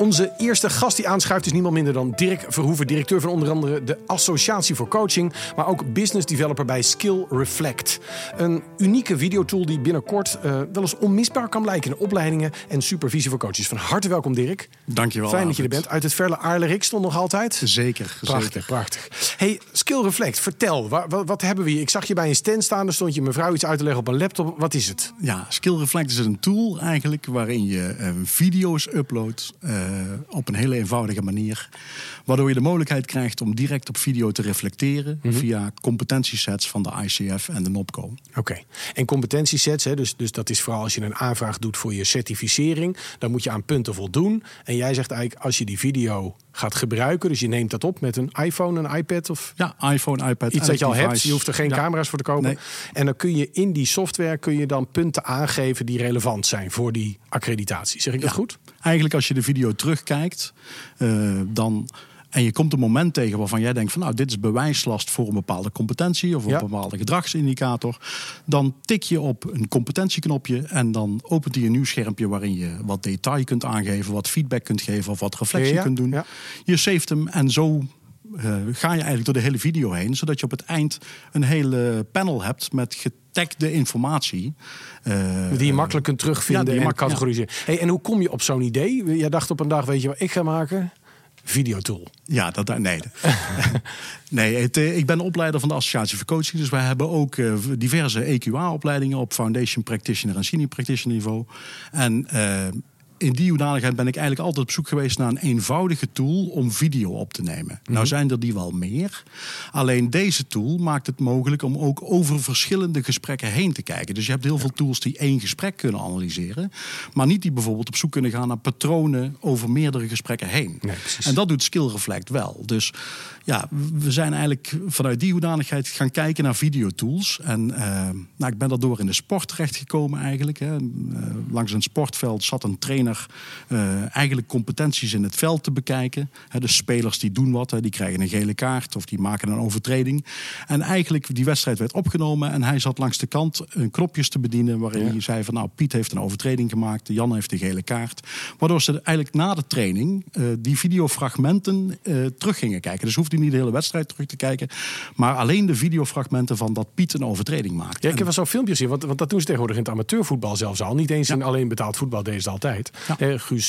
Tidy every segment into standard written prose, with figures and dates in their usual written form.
Onze eerste gast die aanschuift is niemand minder dan Dirk Verhoeven, directeur van onder andere de Associatie voor Coaching, maar ook business developer bij Skill Reflect. Een unieke videotool die binnenkort wel eens onmisbaar kan blijken in opleidingen en supervisie voor coaches. Van harte welkom, Dirk. Dankjewel. Fijn dat je er bent. Uit het verre Aarlerik stond nog altijd. Zeker. Prachtig. Hey, Skill Reflect, vertel. Wat hebben we hier? Ik zag je bij een stand staan, daar stond je mevrouw iets uit te leggen op een laptop. Wat is het? Ja, Skill Reflect is een tool eigenlijk waarin je video's uploadt op een hele eenvoudige manier. Waardoor je de mogelijkheid krijgt om direct op video te reflecteren via competentiesets van de ICF en de NOPCO. Oké. En competentiesets, hè, dus dat is vooral als je een aanvraag doet voor je certificering. Dan moet je aan punten voldoen. En jij zegt eigenlijk, als je die video gaat gebruiken, dus je neemt dat op met een iPhone, een iPad of... Ja, iPhone, iPad. Iets dat je al device. hebt, je hoeft er geen camera's voor te kopen. Nee. En dan kun je in die software dan punten aangeven die relevant zijn voor die accreditatie. Zeg ik dat goed? Eigenlijk als je de video terugkijkt, en je komt een moment tegen waarvan jij denkt van nou, dit is bewijslast voor een bepaalde competentie of een bepaalde gedragsindicator. Dan tik je op een competentieknopje en dan opent hij een nieuw schermpje waarin je wat detail kunt aangeven, wat feedback kunt geven of wat reflectie kunt doen. Ja. Je saved hem en zo ga je eigenlijk door de hele video heen, zodat je op het eind een hele panel hebt met getagde informatie. Die je makkelijk kunt terugvinden en categoriseren. Ja. Hey, en hoe kom je op zo'n idee? Jij dacht op een dag, weet je wat ik ga maken? Videotool. Ja, nee. Ik ben opleider van de Associatie voor Coaching. Dus wij hebben ook diverse EQA-opleidingen op Foundation Practitioner en Senior Practitioner niveau. En in die hoedanigheid ben ik eigenlijk altijd op zoek geweest naar een eenvoudige tool om video op te nemen. Nou zijn er die wel meer. Alleen deze tool maakt het mogelijk om ook over verschillende gesprekken heen te kijken. Dus je hebt heel veel tools die één gesprek kunnen analyseren, maar niet die bijvoorbeeld op zoek kunnen gaan naar patronen over meerdere gesprekken heen. Nee, en dat doet Skill Reflect wel. Dus ja, we zijn eigenlijk vanuit die hoedanigheid gaan kijken naar videotools. En ik ben daardoor in de sport terechtgekomen eigenlijk. Langs een sportveld zat een trainer eigenlijk competenties in het veld te bekijken. De spelers die doen wat, die krijgen een gele kaart of die maken een overtreding. En eigenlijk die wedstrijd werd opgenomen en hij zat langs de kant knopjes te bedienen waarin hij zei van nou, Piet heeft een overtreding gemaakt, Jan heeft een gele kaart. Waardoor ze eigenlijk na de training die videofragmenten terug gingen kijken. Dus hoeft hij niet de hele wedstrijd terug te kijken, maar alleen de videofragmenten van dat Piet een overtreding maakt. Ja, ik heb wel zo'n filmpjes zien, want dat doen ze tegenwoordig in het amateurvoetbal zelfs al. Niet eens in alleen betaald voetbal, deze is altijd. Ja. Guus,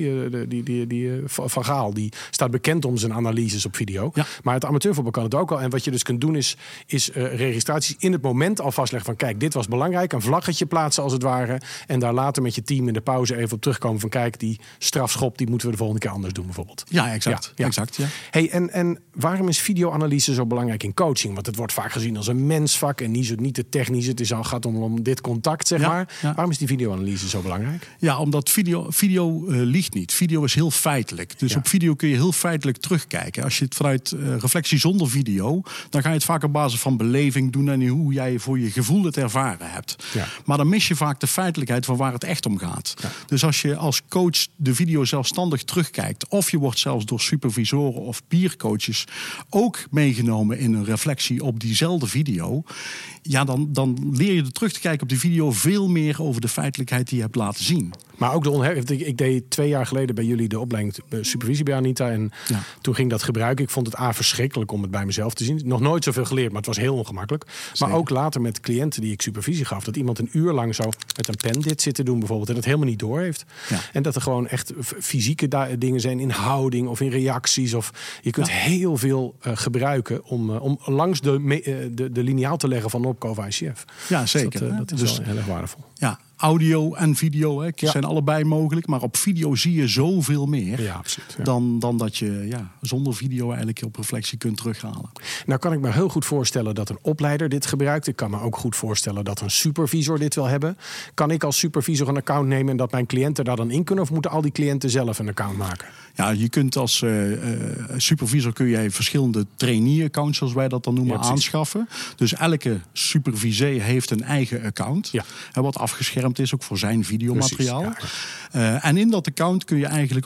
die Van Gaal, die staat bekend om zijn analyses op video. Ja. Maar het amateurvoetbal kan het ook al. En wat je dus kunt doen is registraties in het moment al vastleggen van kijk, dit was belangrijk. Een vlaggetje plaatsen als het ware. En daar later met je team in de pauze even op terugkomen van kijk, die strafschop die moeten we de volgende keer anders doen bijvoorbeeld. Ja, exact. Ja. Exact, ja. Hey, en waarom is videoanalyse zo belangrijk in coaching? Want het wordt vaak gezien als een mensvak en niet te technisch. Het gaat om dit contact, zeg maar. Ja. Waarom is die videoanalyse zo belangrijk? Ja, omdat video liegt niet. Video is heel feitelijk. Dus op video kun je heel feitelijk terugkijken. Als je het vanuit reflectie zonder video, dan ga je het vaak op basis van beleving doen en hoe jij voor je gevoel het ervaren hebt. Ja. Maar dan mis je vaak de feitelijkheid van waar het echt om gaat. Ja. Dus als je als coach de video zelfstandig terugkijkt, of je wordt zelfs door supervisoren of peercoaches ook meegenomen in een reflectie op diezelfde video, ja, dan leer je er terug te kijken op die video veel meer over de feitelijkheid die je hebt laten zien. Maar ook ik deed 2 jaar geleden bij jullie de opleiding supervisie bij Anita. En toen ging dat gebruiken. Ik vond het verschrikkelijk om het bij mezelf te zien. Nog nooit zoveel geleerd, maar het was heel ongemakkelijk. Zeker. Maar ook later met cliënten die ik supervisie gaf. Dat iemand een uur lang zo met een pen dit zit te doen bijvoorbeeld. En dat helemaal niet door heeft. Ja. En dat er gewoon echt fysieke dingen zijn in houding of in reacties. Of je kunt heel veel gebruiken om langs de lineaal te leggen van NOPCO of ICF. Ja, zeker. Dus dat is wel heel erg waardevol. Ja. Audio en video zijn allebei mogelijk. Maar op video zie je zoveel meer dan dat je zonder video eigenlijk op reflectie kunt terughalen. Nou kan ik me heel goed voorstellen dat een opleider dit gebruikt. Ik kan me ook goed voorstellen dat een supervisor dit wil hebben. Kan ik als supervisor een account nemen en dat mijn cliënten daar dan in kunnen? Of moeten al die cliënten zelf een account maken? Ja, je kunt als supervisor kun je verschillende trainee-accounts, zoals wij dat dan noemen, aanschaffen. Dus elke supervisee heeft een eigen account. Ja. Wat afgeschermd is ook voor zijn videomateriaal. En in dat account kun je eigenlijk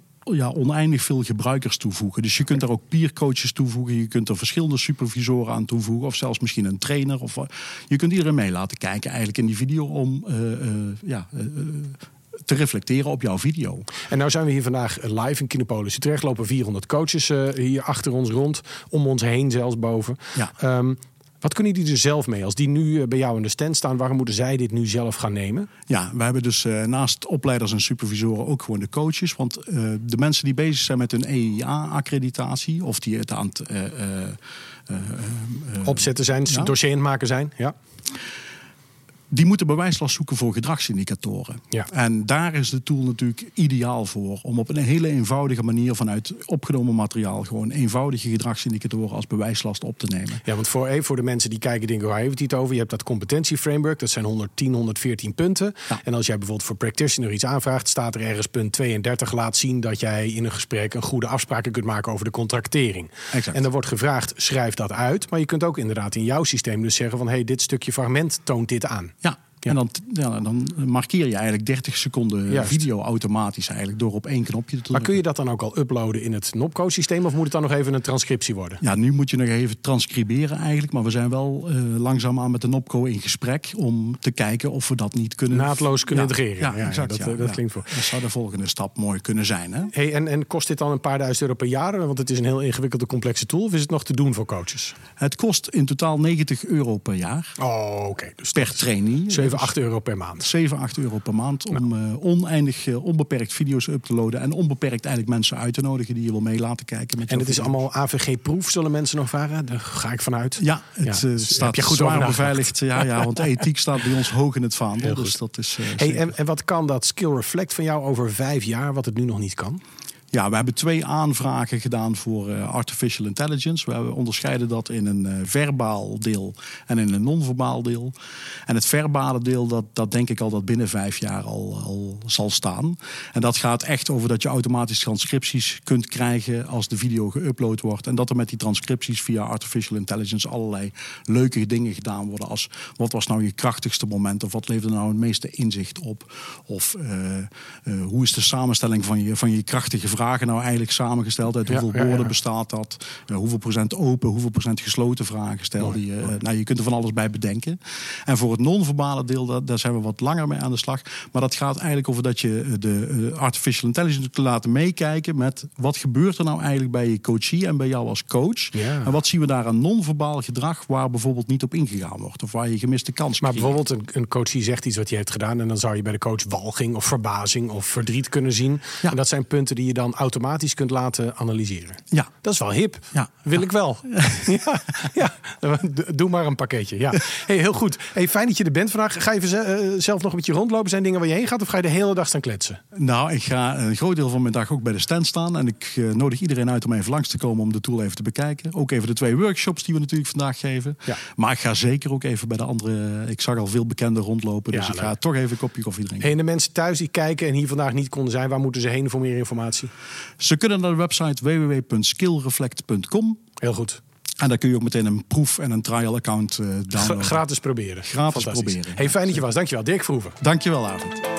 oneindig veel gebruikers toevoegen. Dus je kunt daar ook peercoaches toevoegen. Je kunt er verschillende supervisoren aan toevoegen. Of zelfs misschien een trainer. Je kunt iedereen mee laten kijken eigenlijk in die video om te reflecteren op jouw video. En nou zijn we hier vandaag live in Kinepolis Utrecht. Lopen 400 coaches hier achter ons rond. Om ons heen zelfs boven. Ja. Wat kunnen die er zelf mee? Als die nu bij jou in de stand staan, waarom moeten zij dit nu zelf gaan nemen? Ja, we hebben dus naast opleiders en supervisoren ook gewoon de coaches. Want de mensen die bezig zijn met hun EIA-accreditatie... of die het aan het... opzetten zijn, dossier aan het maken zijn. Ja. Die moeten bewijslast zoeken voor gedragsindicatoren. Ja. En daar is de tool natuurlijk ideaal voor. Om op een hele eenvoudige manier vanuit opgenomen materiaal... gewoon eenvoudige gedragsindicatoren als bewijslast op te nemen. Ja, want voor de mensen die kijken denken, waar heeft hij het over? Je hebt dat competentieframework, dat zijn 110, 114 punten. Ja. En als jij bijvoorbeeld voor practitioner iets aanvraagt... staat er ergens punt 32, laat zien dat jij in een gesprek... een goede afspraken kunt maken over de contractering. Exact. En dan wordt gevraagd, schrijf dat uit. Maar je kunt ook inderdaad in jouw systeem dus zeggen van... dit stukje fragment toont dit aan. Ja. En dan markeer je eigenlijk 30 seconden video automatisch eigenlijk door op één knopje te drukken. Maar kun je dat dan ook al uploaden in het Nopcode-systeem of moet het dan nog even een transcriptie worden? Ja, nu moet je nog even transcriberen eigenlijk. Maar we zijn wel langzaamaan met de Nopco in gesprek om te kijken of we dat niet kunnen... naadloos kunnen integreren. Ja, exact. Dat klinkt voor. Dat zou de volgende stap mooi kunnen zijn. Hè? Hey, en kost dit dan een paar duizend euro per jaar? Want het is een heel ingewikkelde, complexe tool. Of is het nog te doen voor coaches? Het kost in totaal €90 per jaar. Oh, oké. Dus per trainee. 7-8 euro per maand. 7-8 euro per maand om onbeperkt video's up te loaden. En onbeperkt eigenlijk mensen uit te nodigen die je wil mee laten kijken. Met en het is allemaal AVG-proof, zullen mensen nog vragen? Daar ga ik vanuit. Ja, het staat goed zwaar beveiligd. Ja, want ethiek staat bij ons hoog in het vaandel. Dus dat is, en wat kan dat Skill Reflect van jou over 5 jaar, wat het nu nog niet kan? Ja, we hebben 2 aanvragen gedaan voor artificial intelligence. We onderscheiden dat in een verbaal deel en in een non-verbaal deel. En het verbale deel, dat denk ik al dat binnen 5 jaar al zal staan. En dat gaat echt over dat je automatisch transcripties kunt krijgen als de video geüpload wordt. En dat er met die transcripties via artificial intelligence allerlei leuke dingen gedaan worden. Als wat was nou je krachtigste moment? Of wat leverde nou het meeste inzicht op? Of hoe is de samenstelling van je krachtige vragen nou eigenlijk samengesteld? Uit hoeveel woorden bestaat dat? Hoeveel procent open, hoeveel procent gesloten vragen stelde je? Je kunt er van alles bij bedenken. En voor het non-verbale deel, daar zijn we wat langer mee aan de slag. Maar dat gaat eigenlijk over dat je de artificial intelligence te laten meekijken met wat gebeurt er nou eigenlijk bij je coachie en bij jou als coach? Ja. En wat zien we daar aan non-verbaal gedrag waar bijvoorbeeld niet op ingegaan wordt? Of waar je gemiste kans Maar krijgt? bijvoorbeeld een coachie zegt iets wat hij heeft gedaan en dan zou je bij de coach walging of verbazing of verdriet kunnen zien. Ja. En dat zijn punten die je dan automatisch kunt laten analyseren. Ja. Dat is wel hip. Ja. Wil ik wel. Ja. Doe maar een pakketje. Ja. Hey, heel goed. Hey, fijn dat je er bent vandaag. Ga je zelf nog een beetje rondlopen? Zijn dingen waar je heen gaat of ga je de hele dag staan kletsen? Nou, ik ga een groot deel van mijn dag ook bij de stand staan. En ik nodig iedereen uit om even langs te komen om de tool even te bekijken. Ook even de 2 workshops die we natuurlijk vandaag geven. Ja. Maar ik ga zeker ook even bij de andere... Ik zag al veel bekenden rondlopen. Dus ik ga toch even een kopje koffie drinken. Hey, en de mensen thuis die kijken en hier vandaag niet konden zijn, waar moeten ze heen voor meer informatie? Ze kunnen naar de website www.skillreflect.com. Heel goed. En daar kun je ook meteen een proef en een trial account downloaden. Gratis proberen. Gratis proberen. Hey, fijn dat je was. Dankjewel. Dirk Verhoeven. Dankjewel, Arvid.